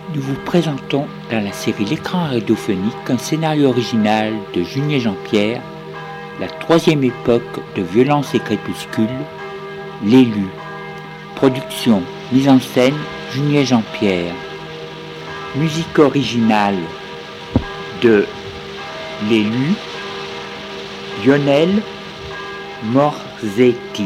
Nous vous présentons dans la série L'écran radiophonique un scénario original de Junier Jean-Pierre, la troisième époque de Violence et Crépuscule, L'élu. Production, mise en scène, Junier Jean-Pierre. Musique originale de L'élu, Lionel Morzetti.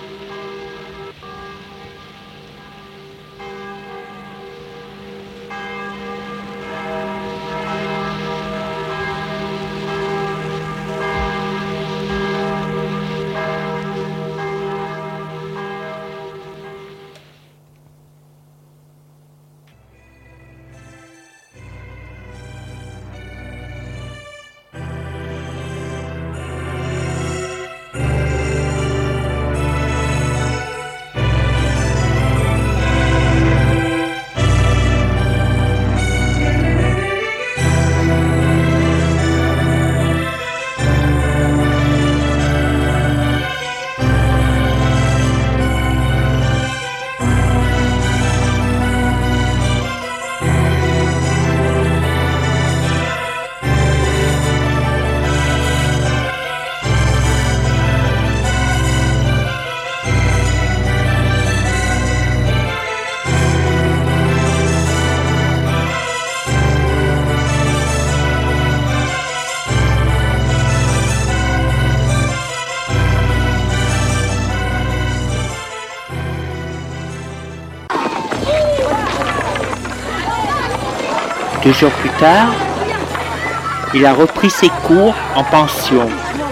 Deux jours plus tard, il a repris ses cours en pension.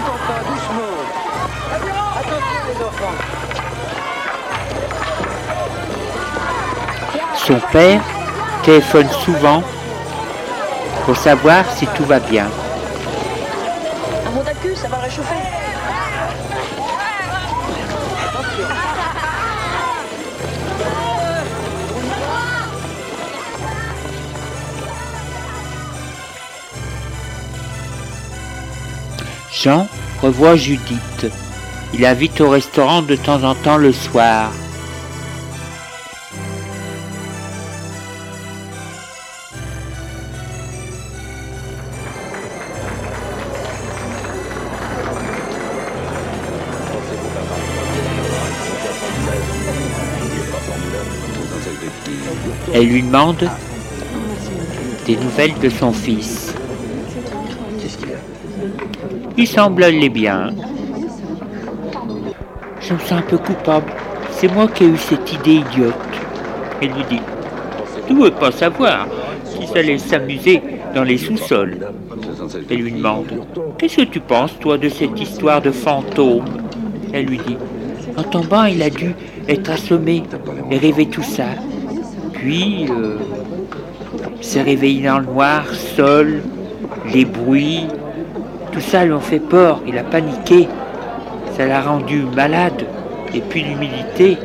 Son père téléphone souvent pour savoir si tout va bien. Un mot d'accu, ça va réchauffer. Jean revoit Judith. Il l'invite au restaurant de temps en temps le soir. Elle lui demande des nouvelles de son fils. Il semble aller bien. Je me sens un peu coupable. C'est moi qui ai eu cette idée idiote. Elle lui dit, tu ne veux pas savoir qu'ils allaient s'amuser dans les sous-sols. Elle lui demande, qu'est-ce que tu penses, toi, de cette histoire de fantôme? Elle lui dit, en tombant, il a dû être assommé et rêver tout ça. Puis, il s'est réveillé dans le noir, seul, les bruits. Tout ça lui a fait peur, il a paniqué, ça l'a rendu malade, et puis l'humidité,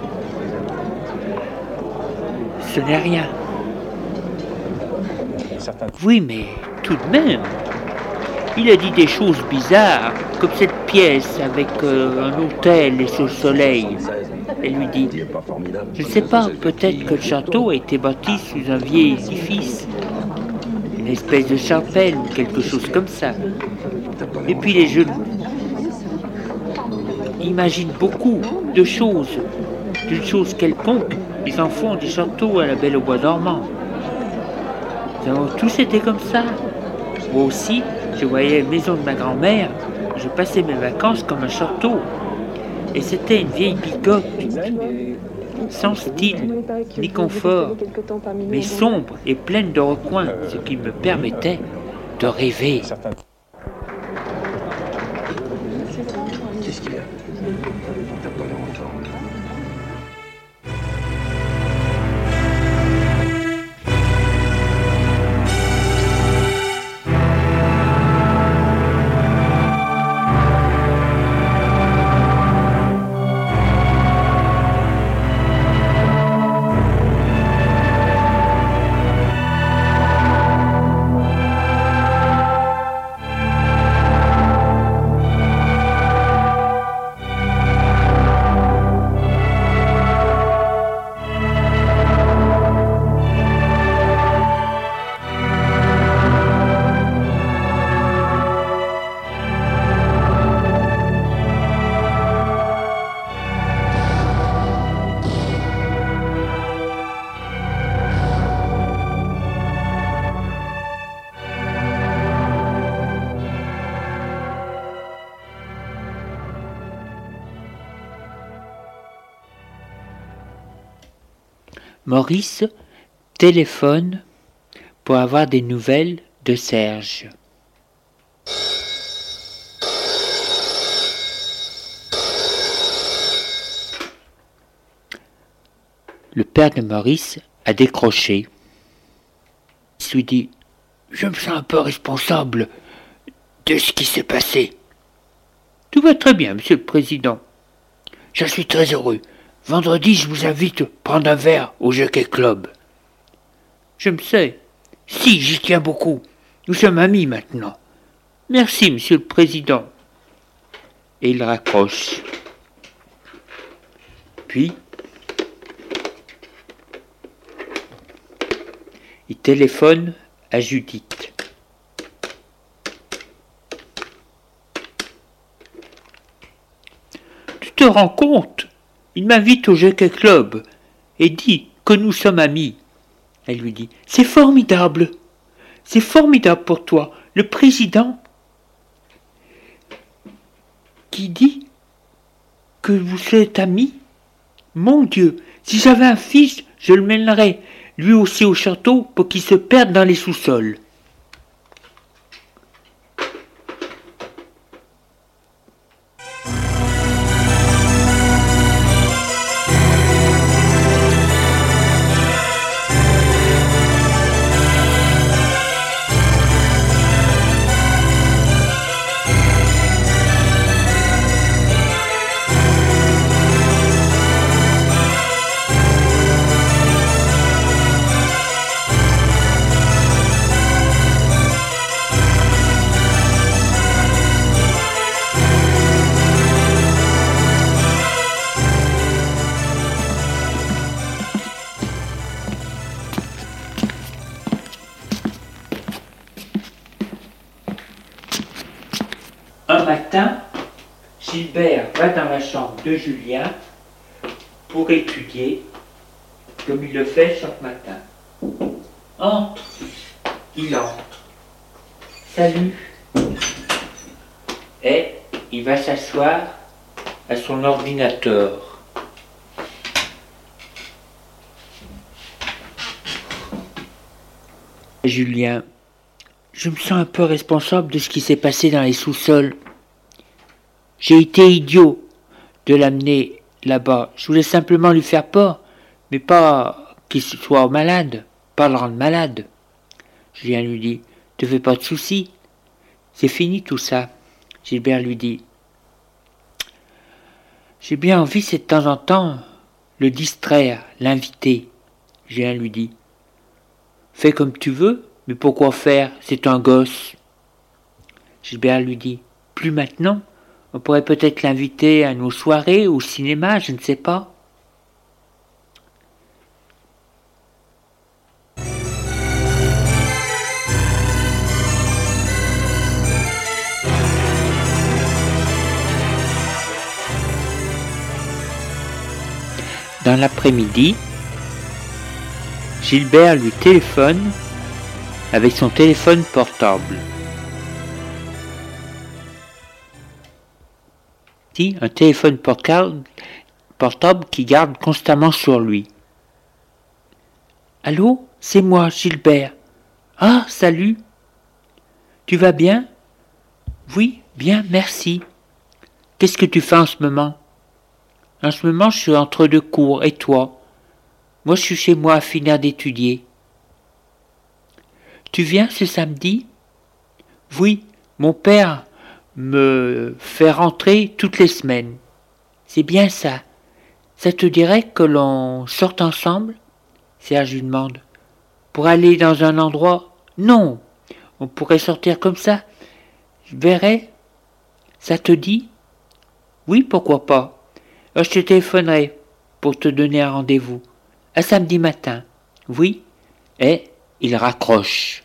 ce n'est rien. Oui, mais tout de même, il a dit des choses bizarres, comme cette pièce avec un hôtel et ce soleil. Elle lui dit, je ne sais pas, peut-être que le château a été bâti sous un vieil édifice. Une espèce de chapelle ou quelque chose comme ça. Et puis les jeunes imaginent beaucoup de choses, d'une chose quelconque. Les enfants des châteaux à la Belle au bois dormant. Nous avons tous été comme ça. Moi aussi, je voyais la maison de ma grand-mère, je passais mes vacances comme un château. Et c'était une vieille bicoque, sans style ni confort, mais sombre et pleine de recoins, ce qui me permettait de rêver. Qu'est-ce qu'il y a? T'as pas l'air en forme. Maurice téléphone pour avoir des nouvelles de Serge. Le père de Maurice a décroché. Il lui dit « Je me sens un peu responsable de ce qui s'est passé. »« Tout va très bien, monsieur le président. Je suis très heureux. Vendredi, je vous invite à prendre un verre au Jockey Club. »« Je me sais. Si, j'y tiens beaucoup. Nous sommes amis maintenant. »« Merci, monsieur le président. » Et il raccroche. Puis, il téléphone à Judith. Tu te rends compte? Il m'invite au Jockey Club et dit que nous sommes amis. Elle lui dit, c'est formidable pour toi. Le président qui dit que vous êtes amis? Mon Dieu, si j'avais un fils, je le mènerais lui aussi au château pour qu'il se perde dans les sous-sols. Un matin, Gilbert va dans la chambre de Julien pour étudier, comme il le fait chaque matin. Entre, il entre. Salut. Et il va s'asseoir à son ordinateur. Julien, je me sens un peu responsable de ce qui s'est passé dans les sous-sols. J'ai été idiot de l'amener là-bas. Je voulais simplement lui faire peur, mais pas qu'il soit malade, pas le rendre malade. Julien lui dit, te fais pas de soucis, c'est fini tout ça. Gilbert lui dit, j'ai bien envie, c'est de temps en temps, le distraire, l'inviter. Julien lui dit, fais comme tu veux, mais pourquoi faire? C'est un gosse. Gilbert lui dit, plus maintenant. On pourrait peut-être l'inviter à nos soirées, au cinéma, je ne sais pas. Dans l'après-midi, Gilbert lui téléphone avec son téléphone portable. Un téléphone portable qui garde constamment sur lui. Allô, c'est moi, Gilbert. Ah, salut. Tu vas bien? Oui, bien, merci. Qu'est-ce que tu fais en ce moment? En ce moment, je suis entre deux cours. Et toi? Moi, je suis chez moi à finir d'étudier. Tu viens ce samedi? Oui, mon père me fait rentrer toutes les semaines. C'est bien ça. Ça te dirait que l'on sorte ensemble? Serge lui demande. Pour aller dans un endroit? Non. On pourrait sortir comme ça. Je verrai. Ça te dit? Oui, pourquoi pas. Alors, je te téléphonerai pour te donner un rendez-vous. À samedi matin. Oui. Et il raccroche.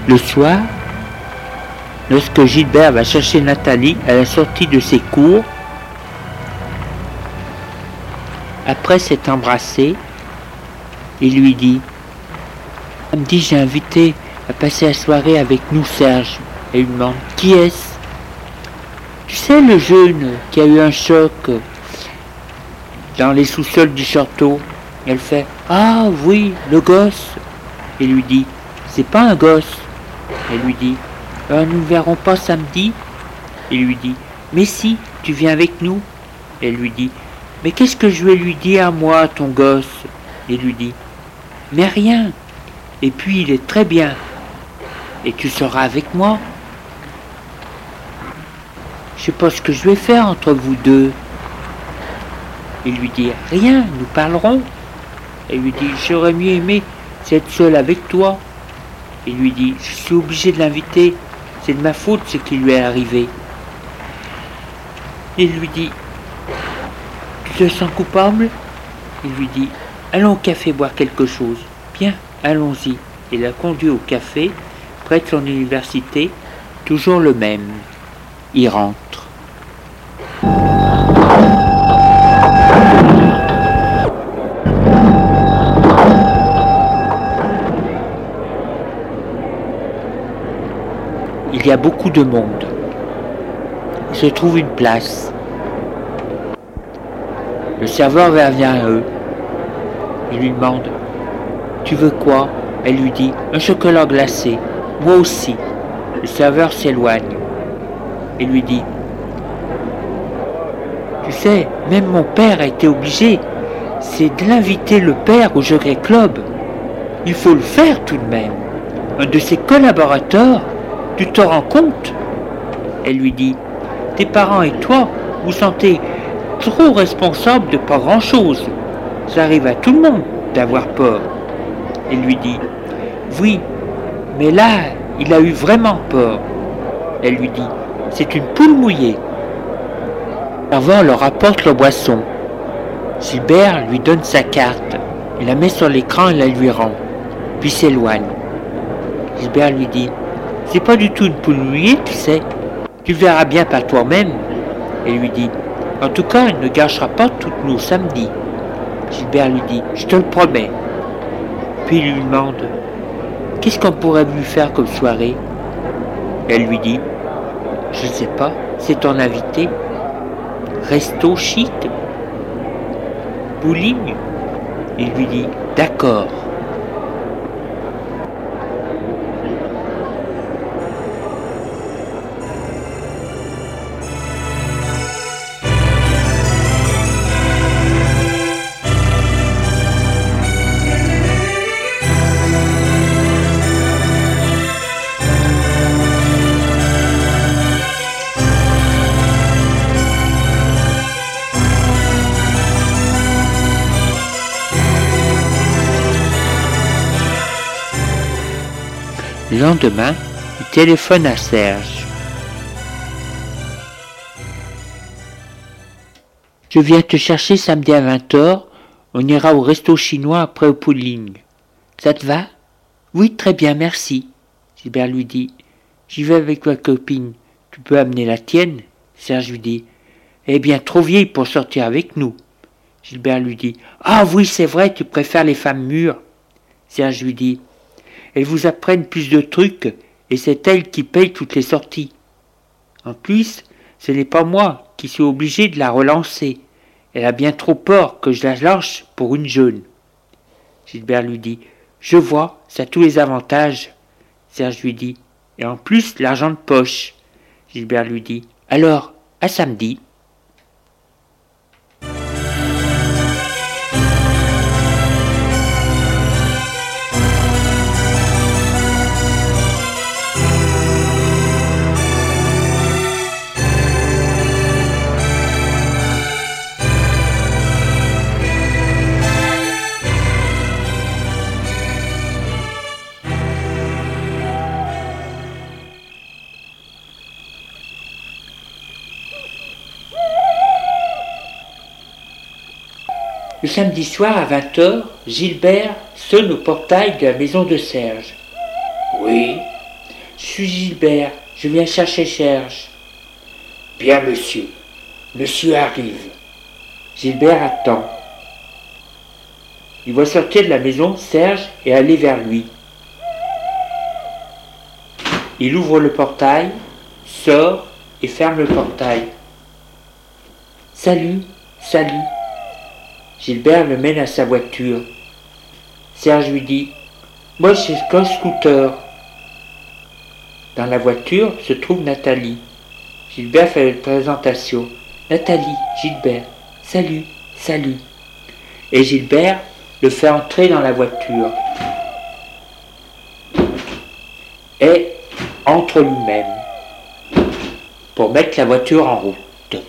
Le soir, lorsque Gilbert va chercher Nathalie à la sortie de ses cours, après s'être embrassé, il lui dit « Samedi, j'ai invité à passer la soirée avec nous Serge. » Et il lui demande « Qui est-ce ?»« Tu sais, le jeune qui a eu un choc dans les sous-sols du château. » Elle fait « Ah oui, le gosse. » Il lui dit « C'est pas un gosse. » Elle lui dit « Nous ne verrons pas samedi. » Il lui dit « Mais si, tu viens avec nous. » Elle lui dit « Mais qu'est-ce que je vais lui dire, moi, ton gosse ?» Il lui dit « Mais rien. Et puis il est très bien. Et tu seras avec moi. Je sais pas ce que je vais faire entre vous deux. » Il lui dit « Rien, nous parlerons. » Elle lui dit « J'aurais mieux aimé être seul avec toi. » Il lui dit « Je suis obligé de l'inviter. C'est de ma faute ce qui lui est arrivé. » Il lui dit « Tu te sens coupable ?» Il lui dit « Allons au café boire quelque chose. » Bien, allons-y. Il la conduit au café, près de son université, toujours le même. Il rentre. Il y a beaucoup de monde. Il se trouve une place. Le serveur va vers eux. Il lui demande « Tu veux quoi ?» Elle lui dit « Un chocolat glacé. Moi aussi. » Le serveur s'éloigne. Il lui dit « Tu sais, même mon père a été obligé. C'est de l'inviter le père au Jockey Club. Il faut le faire tout de même. Un de ses collaborateurs. Tu te rends compte ?» Elle lui dit « Tes parents et toi, vous sentez trop responsable de pas grand-chose. Ça arrive à tout le monde d'avoir peur. » Il lui dit « Oui, mais là, il a eu vraiment peur. » Elle lui dit « C'est une poule mouillée. » Le serveur leur apporte leur boisson. Gilbert lui donne sa carte. Il la met sur l'écran et la lui rend, puis s'éloigne. Gilbert lui dit « C'est pas du tout une poule mouillée, tu sais. Tu le verras bien par toi-même. » Elle lui dit « En tout cas, il ne gâchera pas toutes nos samedis. » Gilbert lui dit « Je te le promets. » Puis il lui demande « Qu'est-ce qu'on pourrait lui faire comme soirée ?» Elle lui dit « Je ne sais pas, c'est ton invité. Resto chic. Bowling ?» Il lui dit « D'accord. » Le lendemain, il téléphone à Serge. « Je viens te chercher samedi à 20h. On ira au resto chinois après au pooling. Ça te va ?»« Oui, très bien, merci. » Gilbert lui dit. « J'y vais avec ma copine. Tu peux amener la tienne ?» Serge lui dit. « Elle est bien trop vieille pour sortir avec nous. » Gilbert lui dit. « Ah oui, c'est vrai, tu préfères les femmes mûres. » Serge lui dit. Elles vous apprennent plus de trucs et c'est elles qui payent toutes les sorties. En plus, ce n'est pas moi qui suis obligé de la relancer. Elle a bien trop peur que je la lâche pour une jeune. Gilbert lui dit « Je vois, ça a tous les avantages. » Serge lui dit « Et en plus, l'argent de poche. » Gilbert lui dit « Alors, à samedi. » Le samedi soir à 20h, Gilbert sonne au portail de la maison de Serge. « Oui, Je suis Gilbert, je viens chercher Serge. Bien, monsieur. Monsieur arrive. Gilbert attend. Il voit sortir de la maison Serge et aller vers lui. Il ouvre le portail, sort et ferme le portail. Salut, salut. Gilbert le mène à sa voiture. Serge lui dit « Moi, c'est qu'un scooter. » Dans la voiture se trouve Nathalie. Gilbert fait une présentation. « Nathalie, Gilbert, salut, salut. » Et Gilbert le fait entrer dans la voiture. Et entre lui-même pour mettre la voiture en route.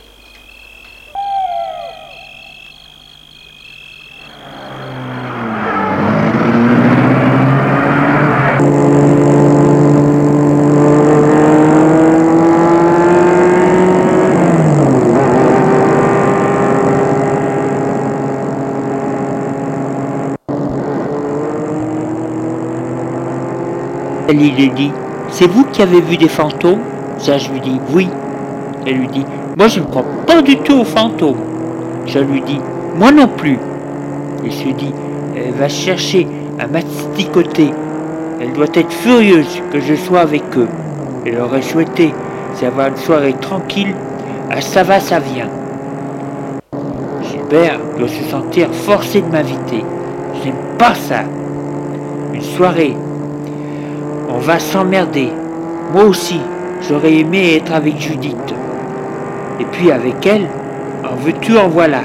Elle lui dit « C'est vous qui avez vu des fantômes ?» Serge lui dit « Oui. » Elle lui dit « Moi je ne crois pas du tout aux fantômes. » Je lui dis « Moi non plus. » Il se dit « Elle va chercher à m'asticoter. Elle doit être furieuse que je sois avec eux. Elle aurait souhaité avoir une soirée tranquille. Ah, ça va, ça vient. » Gilbert doit se sentir forcé de m'inviter. Je n'aime pas ça. Une soirée. On va s'emmerder. Moi aussi, j'aurais aimé être avec Judith. Et puis avec elle, en veux-tu, en voilà.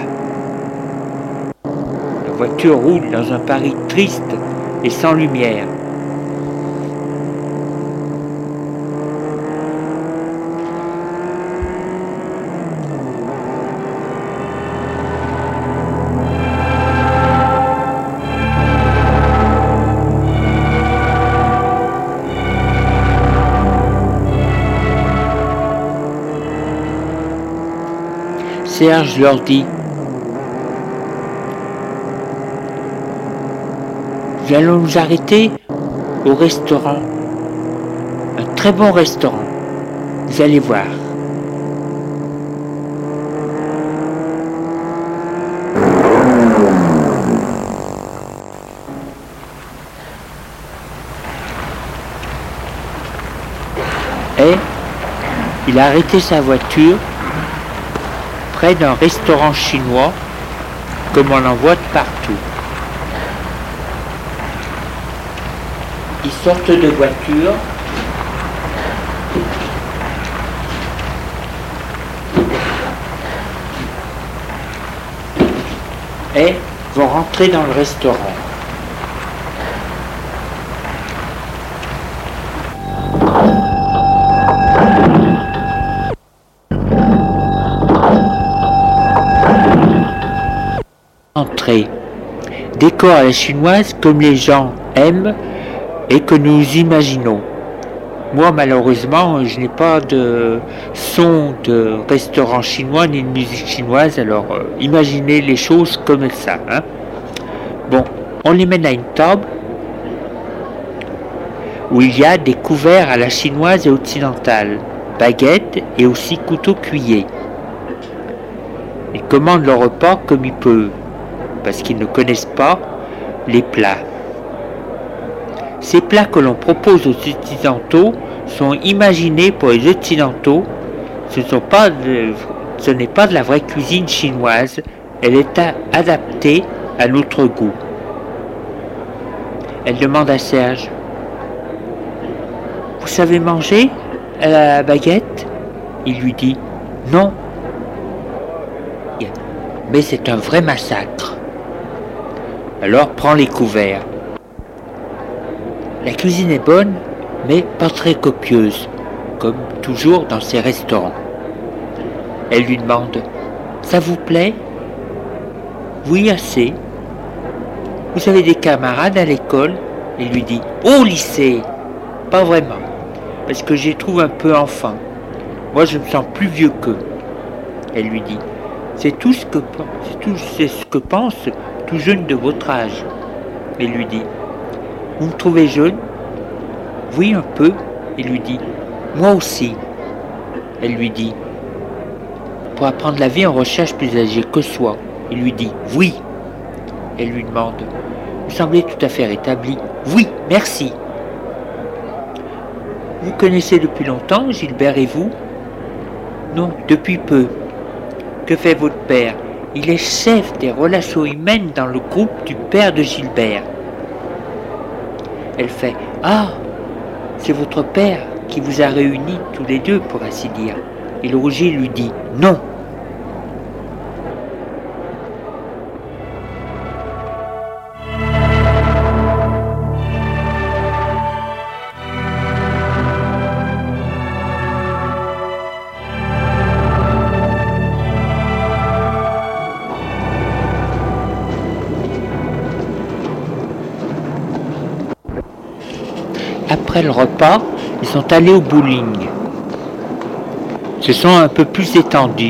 La voiture roule dans un Paris triste et sans lumière. Serge leur dit « Nous allons nous arrêter au restaurant, un très bon restaurant, vous allez voir. » Et il a arrêté sa voiture près d'un restaurant chinois, comme on en voit de partout. Ils sortent de voiture. Et vont rentrer dans le restaurant. Entrée. Décor à la chinoise comme les gens aiment et que nous imaginons. Moi malheureusement je n'ai pas de son de restaurant chinois ni de musique chinoise, alors imaginez les choses comme ça. Hein. Bon, on les mène à une table où il y a des couverts à la chinoise et occidentale, baguettes et aussi couteaux-cuillers. Ils commandent leur repas comme ils peuvent, parce qu'ils ne connaissent pas les plats. Ces plats que l'on propose aux occidentaux sont imaginés pour les occidentaux. Ce n'est pas de la vraie cuisine chinoise, elle est adaptée à notre goût. Elle demande à Serge « Vous savez manger à la baguette ?» Il lui dit « Non, mais c'est un vrai massacre. » Alors prends les couverts. La cuisine est bonne, mais pas très copieuse, comme toujours dans ces restaurants. Elle lui demande « Ça vous plaît ?»« Oui, assez. »« Vous avez des camarades à l'école ?» Il lui dit « Au lycée !»« Pas vraiment, parce que je les trouve un peu enfants. Moi, je me sens plus vieux qu'eux. » Elle lui dit « C'est ce que pense tout jeune de votre âge. » Il lui dit « Vous me trouvez jeune ? Oui, un peu. Il lui dit, moi aussi. Elle lui dit, pour apprendre la vie, on recherche plus âgé que soi. Il lui dit, oui. Elle lui demande, vous semblez tout à fait rétabli. Oui, merci. Vous connaissez depuis longtemps, Gilbert et vous? Non, depuis peu. Que fait votre père? Il est chef des relations humaines dans le groupe du père de Gilbert. Elle fait, ah, c'est votre père qui vous a réunis tous les deux, pour ainsi dire. Et le rouget lui dit, non. Après le repas, ils sont allés au bowling. Se sont un peu plus étendus.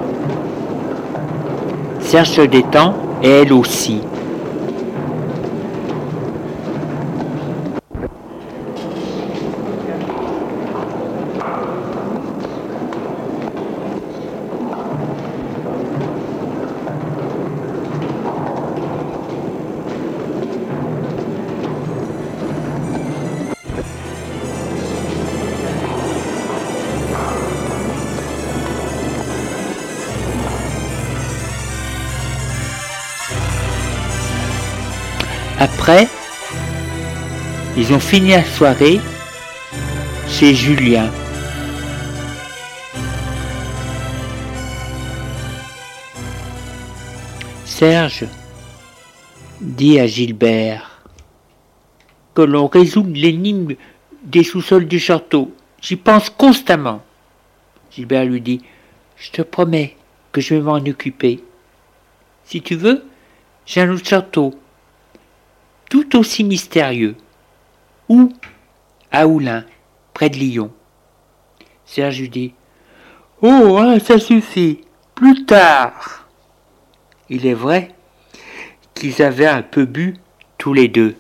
Serge se détend et elle aussi. Après, ils ont fini la soirée chez Julien. Serge dit à Gilbert que l'on résout l'énigme des sous-sols du château. J'y pense constamment. Gilbert lui dit, je te promets que je vais m'en occuper. Si tu veux, j'ai un autre château, tout aussi mystérieux. Où? À Oulin, près de Lyon. Serge lui dit, oh, hein, ça suffit, plus tard. Il est vrai qu'ils avaient un peu bu tous les deux.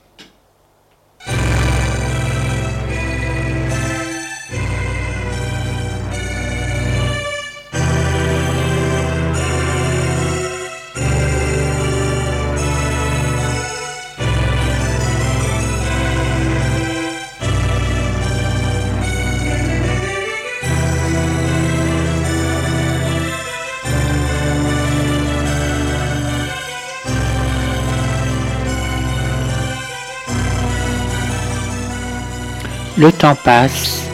Le temps passe.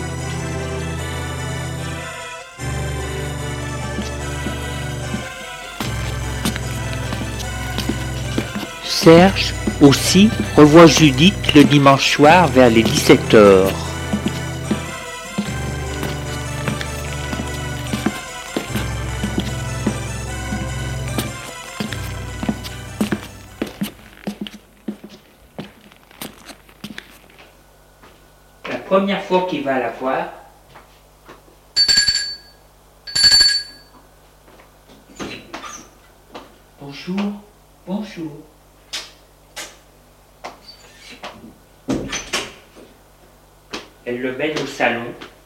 Serge aussi revoit Judith le dimanche soir vers les 17h. La première fois qu'il va la voir, bonjour, bonjour. Elle le mène au salon.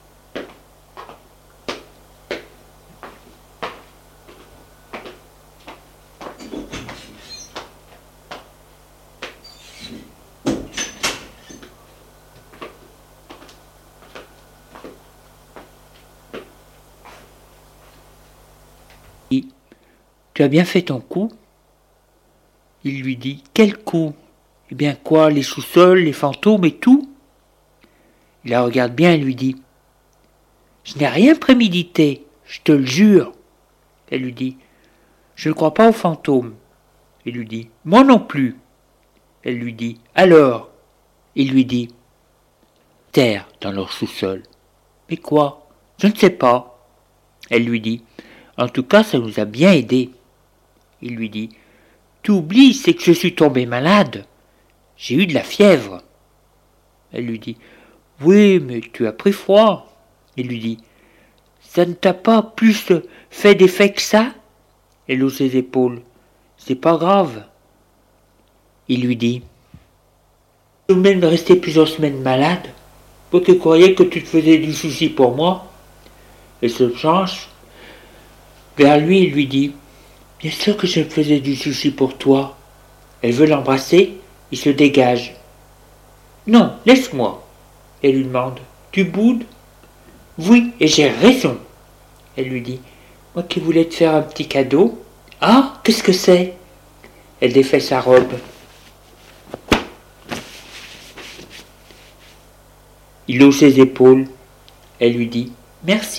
Tu as bien fait ton coup? Il lui dit, quel coup? Eh bien quoi, les sous-sols, les fantômes et tout? Il la regarde bien et lui dit, je n'ai rien prémédité, je te le jure. Elle lui dit, je ne crois pas aux fantômes. Il lui dit, moi non plus. Elle lui dit, alors? Il lui dit, terre dans leur sous-sol. Mais quoi? Je ne sais pas. Elle lui dit, en tout cas, ça nous a bien aidés. Il lui dit, tu oublies, c'est que je suis tombé malade. J'ai eu de la fièvre. Elle lui dit, oui, mais tu as pris froid. Il lui dit, ça ne t'a pas plus fait d'effet que ça? Elle hausse ses épaules. C'est pas grave. Il lui dit, tout de même rester plusieurs semaines malade. Moi qui croyais que tu te faisais du souci pour moi. » Elle se penche vers lui et lui dit « Bien sûr que je me faisais du souci pour toi. » Elle veut l'embrasser, il se dégage. « Non, laisse-moi. » Elle lui demande « Tu boudes ?»« Oui, et j'ai raison. » Elle lui dit « Moi qui voulais te faire un petit cadeau. »« Ah, qu'est-ce que c'est ?» Elle défait sa robe. Il hausse ses épaules. Elle lui dit « Merci. »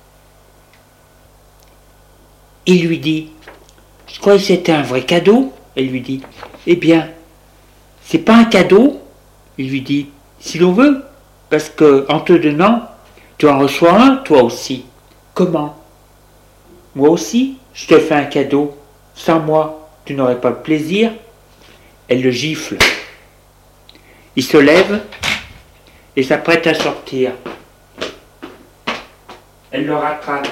Il lui dit « Je croyais que c'était un vrai cadeau. » Elle lui dit « Eh bien, c'est pas un cadeau. » Il lui dit « Si l'on veut, parce que en te donnant, tu en reçois un, toi aussi. » « Comment ? Moi aussi, je te fais un cadeau. Sans moi, tu n'aurais pas le plaisir. » Elle le gifle. Il se lève et s'apprête à sortir. Elle le rattrape.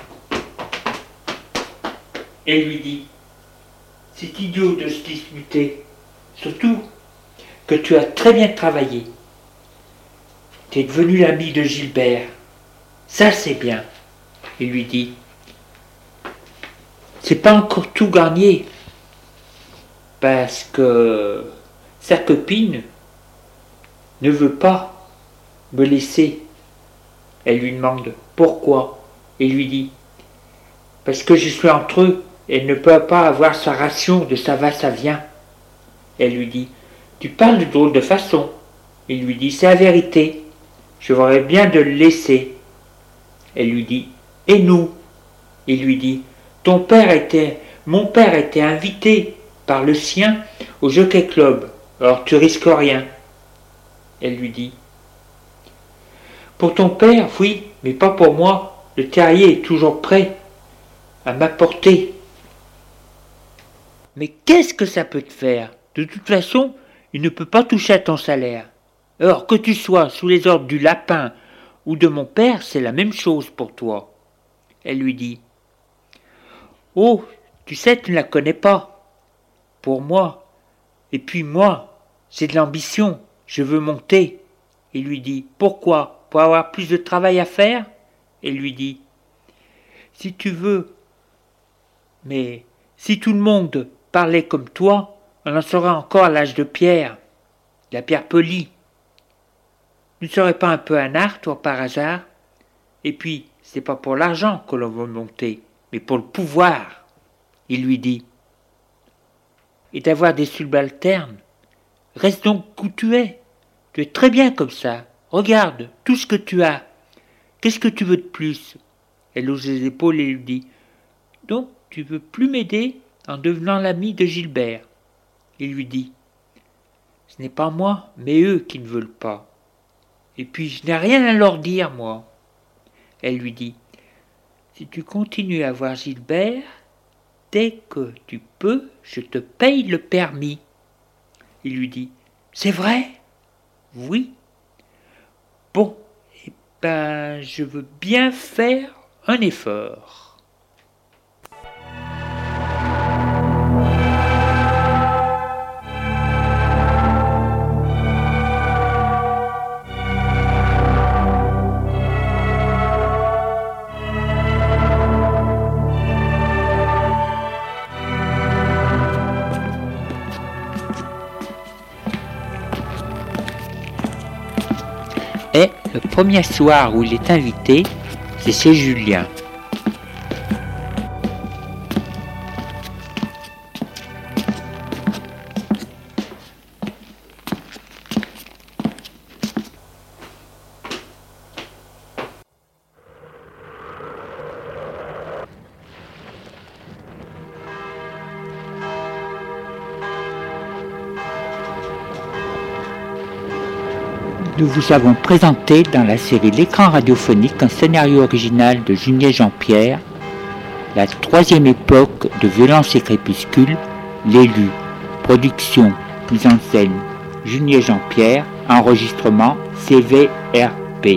Elle lui dit « C'est idiot de se disputer, surtout que tu as très bien travaillé. Tu es devenu l'ami de Gilbert. Ça, c'est bien. » Il lui dit « C'est pas encore tout gagné, parce que sa copine ne veut pas me laisser. » Elle lui demande « Pourquoi ?» Il lui dit « Parce que je suis entre eux, elle ne peut pas avoir sa ration de ça va, ça vient. » Elle lui dit « Tu parles de drôle de façon. » Il lui dit « C'est la vérité, je voudrais bien de le laisser. » Elle lui dit « Et nous ?» Il lui dit « Mon père était invité par le sien au Jockey Club, alors tu risques rien. » Elle lui dit « Pour ton père, oui, mais pas pour moi. Le terrier est toujours prêt à m'apporter. » « Mais qu'est-ce que ça peut te faire? De toute façon, il ne peut pas toucher à ton salaire. Or, que tu sois sous les ordres du lapin ou de mon père, c'est la même chose pour toi. » Elle lui dit « Oh, tu sais, tu ne la connais pas. Pour moi, et puis moi, j'ai de l'ambition, je veux monter. » Il lui dit « Pourquoi? Pour avoir plus de travail à faire ?» Elle lui dit « Si tu veux, mais si tout le monde parlait comme toi, on en serait encore à l'âge de pierre, la pierre polie. Ne serais pas un peu un art, toi, par hasard? Et puis, c'est pas pour l'argent que l'on veut monter, mais pour le pouvoir. » Il lui dit « Et d'avoir des subalternes? Reste donc où tu es. Tu es très bien comme ça. Regarde, tout ce que tu as. Qu'est-ce que tu veux de plus ?» Elle hausse les épaules et lui dit « Donc, tu veux plus m'aider en devenant l'ami de Gilbert ?» Il lui dit « Ce n'est pas moi, mais eux qui ne veulent pas. Et puis, je n'ai rien à leur dire, moi. » Elle lui dit « Si tu continues à voir Gilbert, dès que tu peux, je te paye le permis. » Il lui dit « C'est vrai? » « Oui. »« Bon, eh ben, je veux bien faire un effort. » Et le premier soir où il est invité, c'est chez Julien. Nous vous avons présenté dans la série L'écran radiophonique un scénario original de Junier Jean-Pierre, la troisième époque de Violence et Crépuscule, L'élu, production, mise en scène, Junier Jean-Pierre, enregistrement CVRP.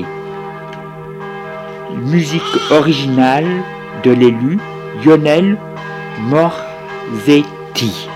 Musique originale de L'élu, Lionel Morzetti.